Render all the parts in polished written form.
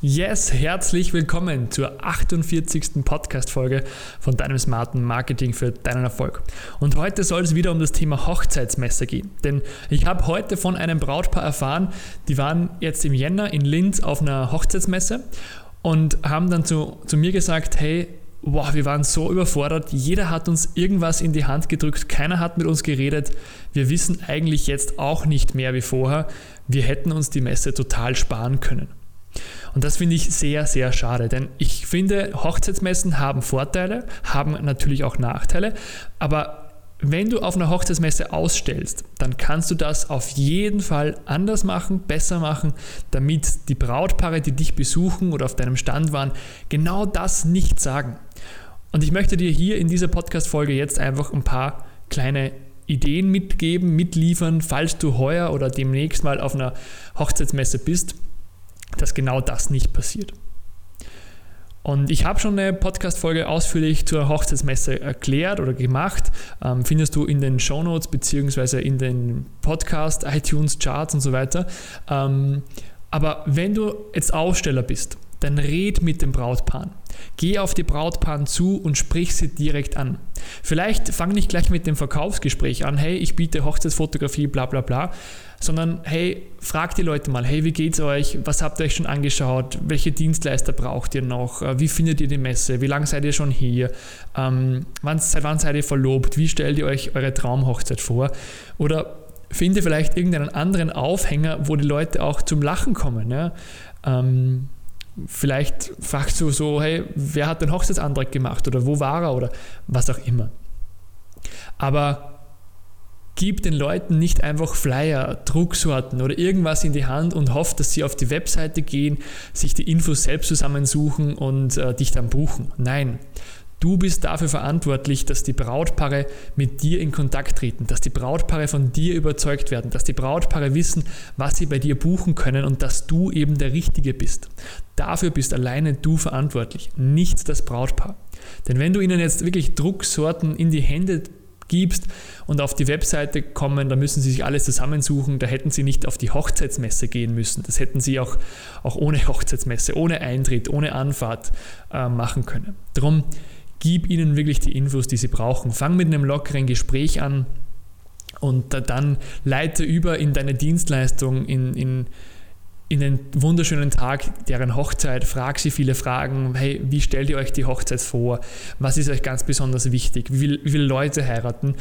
Yes, herzlich willkommen zur 48. Podcast-Folge von deinem smarten Marketing für deinen Erfolg. Und heute soll es wieder um das Thema Hochzeitsmesse gehen. Denn ich habe heute von einem Brautpaar erfahren, die waren jetzt im Jänner in Linz auf einer Hochzeitsmesse und haben dann zu mir gesagt, hey, wow, wir waren so überfordert, jeder hat uns irgendwas in die Hand gedrückt, keiner hat mit uns geredet, wir wissen eigentlich jetzt auch nicht mehr wie vorher, wir hätten uns die Messe total sparen können. Und das finde ich sehr, sehr schade, denn ich finde, Hochzeitsmessen haben Vorteile, haben natürlich auch Nachteile, aber wenn du auf einer Hochzeitsmesse ausstellst, dann kannst du das auf jeden Fall anders machen, besser machen, damit die Brautpaare, die dich besuchen oder auf deinem Stand waren, genau das nicht sagen. Und ich möchte dir hier in dieser Podcast-Folge jetzt einfach ein paar kleine Ideen mitgeben, mitliefern, falls du heuer oder demnächst mal auf einer Hochzeitsmesse bist, dass genau das nicht passiert. Und ich habe schon eine Podcast-Folge ausführlich zur Hochzeitsmesse erklärt oder gemacht. Findest du in den Shownotes bzw. in den Podcast, iTunes, Charts und so weiter. Aber wenn du jetzt Aussteller bist, dann red mit den Brautpaaren. Geh auf die Brautpaaren zu und sprich sie direkt an. Vielleicht fang nicht gleich mit dem Verkaufsgespräch an, hey, ich biete Hochzeitsfotografie, bla bla bla, sondern hey, frag die Leute mal, hey, wie geht's euch, was habt ihr euch schon angeschaut, welche Dienstleister braucht ihr noch, wie findet ihr die Messe, wie lange seid ihr schon hier, seit wann seid ihr verlobt, wie stellt ihr euch eure Traumhochzeit vor oder finde vielleicht irgendeinen anderen Aufhänger, wo die Leute auch zum Lachen kommen, ja? Vielleicht fragst du so, hey, wer hat den Hochzeitsantrag gemacht oder wo war er oder was auch immer. Aber gib den Leuten nicht einfach Flyer, Drucksorten oder irgendwas in die Hand und hoff, dass sie auf die Webseite gehen, sich die Infos selbst zusammensuchen und dich dann buchen. Nein, du bist dafür verantwortlich, dass die Brautpaare mit dir in Kontakt treten, dass die Brautpaare von dir überzeugt werden, dass die Brautpaare wissen, was sie bei dir buchen können und dass du eben der Richtige bist. Dafür bist alleine du verantwortlich, nicht das Brautpaar. Denn wenn du ihnen jetzt wirklich Drucksorten in die Hände gibst und auf die Webseite kommen, da müssen sie sich alles zusammensuchen, da hätten sie nicht auf die Hochzeitsmesse gehen müssen. Das hätten sie auch ohne Hochzeitsmesse, ohne Eintritt, ohne Anfahrt machen können. Darum gib ihnen wirklich die Infos, die sie brauchen. Fang mit einem lockeren Gespräch an und dann leite über in deine Dienstleistung, in den wunderschönen Tag deren Hochzeit, frag sie viele Fragen, hey, wie stellt ihr euch die Hochzeit vor, was ist euch ganz besonders wichtig, wie viele Leute heiraten,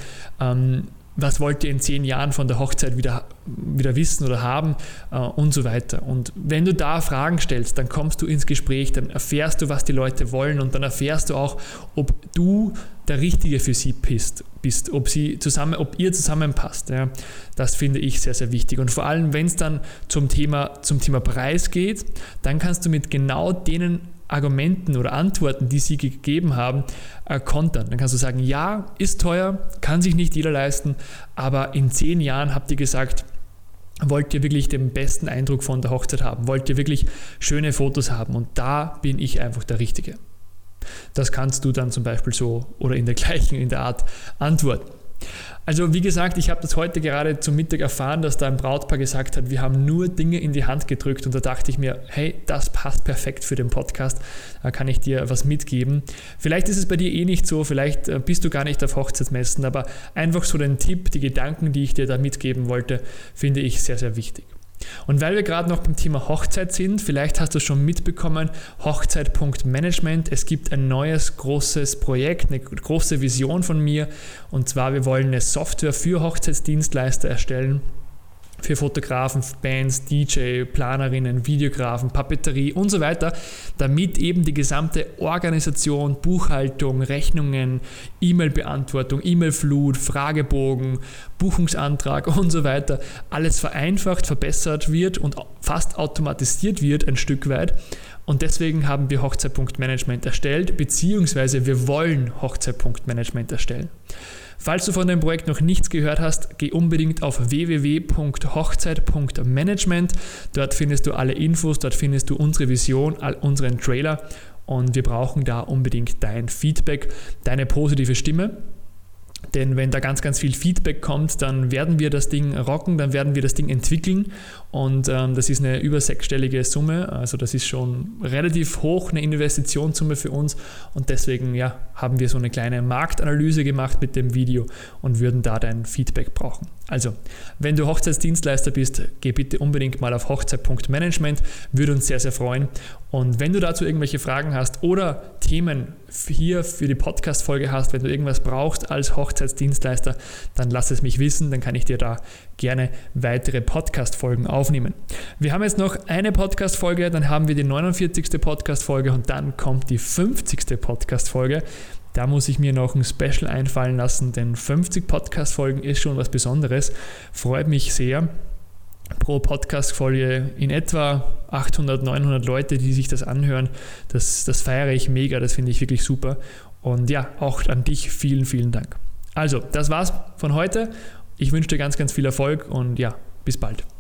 was wollt ihr in 10 Jahren von der Hochzeit wieder wissen oder haben und so weiter. Und wenn du da Fragen stellst, dann kommst du ins Gespräch, dann erfährst du, was die Leute wollen und dann erfährst du auch, ob du der Richtige für sie bist, ob ihr zusammenpasst. Ja. Das finde ich sehr, sehr wichtig. Und vor allem, wenn es dann zum Thema Preis geht, dann kannst du mit genau denen Argumenten oder Antworten, die sie gegeben haben, kontern. Dann kannst du sagen, ja, ist teuer, kann sich nicht jeder leisten, aber in 10 Jahren habt ihr gesagt, wollt ihr wirklich den besten Eindruck von der Hochzeit haben, wollt ihr wirklich schöne Fotos haben und da bin ich einfach der Richtige. Das kannst du dann zum Beispiel so oder in der Art antworten. Also wie gesagt, ich habe das heute gerade zum Mittag erfahren, dass da ein Brautpaar gesagt hat, wir haben nur Dinge in die Hand gedrückt und da dachte ich mir, hey, das passt perfekt für den Podcast, da kann ich dir was mitgeben. Vielleicht ist es bei dir eh nicht so, vielleicht bist du gar nicht auf Hochzeitsmessen, aber einfach so den Tipp, die Gedanken, die ich dir da mitgeben wollte, finde ich sehr, sehr wichtig. Und weil wir gerade noch beim Thema Hochzeit sind, vielleicht hast du schon mitbekommen, Hochzeit.management, es gibt ein neues großes Projekt, eine große Vision von mir und zwar wir wollen eine Software für Hochzeitsdienstleister erstellen, für Fotografen, Bands, DJ, Planerinnen, Videografen, Papeterie und so weiter, damit eben die gesamte Organisation, Buchhaltung, Rechnungen, E-Mail-Beantwortung, E-Mail-Flut, Fragebogen, Buchungsantrag und so weiter, alles vereinfacht, verbessert wird und fast automatisiert wird ein Stück weit. Und deswegen haben wir Hochzeit.management erstellt, beziehungsweise wir wollen Hochzeit.management erstellen. Falls du von dem Projekt noch nichts gehört hast, geh unbedingt auf www.hochzeit.management. Dort findest du alle Infos, dort findest du unsere Vision, all unseren Trailer und wir brauchen da unbedingt dein Feedback, deine positive Stimme. Denn wenn da ganz, ganz viel Feedback kommt, dann werden wir das Ding rocken, dann werden wir das Ding entwickeln und das ist eine über 6-stellige Summe, also das ist schon relativ hoch, eine Investitionssumme für uns und deswegen haben wir so eine kleine Marktanalyse gemacht mit dem Video und würden da dein Feedback brauchen. Also, wenn du Hochzeitsdienstleister bist, geh bitte unbedingt mal auf hochzeit.management, würde uns sehr, sehr freuen. Und wenn du dazu irgendwelche Fragen hast oder Themen hier für die Podcast-Folge hast, wenn du irgendwas brauchst als Hochzeitsdienstleister, dann lass es mich wissen, dann kann ich dir da gerne weitere Podcast-Folgen aufnehmen. Wir haben jetzt noch eine Podcast-Folge, dann haben wir die 49. Podcast-Folge und dann kommt die 50. Podcast-Folge. Da muss ich mir noch ein Special einfallen lassen, denn 50 Podcast-Folgen ist schon was Besonderes. Freut mich sehr. Pro Podcast-Folge in etwa 800, 900 Leute, die sich das anhören. Das feiere ich mega, das finde ich wirklich super. Und auch an dich vielen, vielen Dank. Also, das war's von heute. Ich wünsche dir ganz, ganz viel Erfolg und bis bald.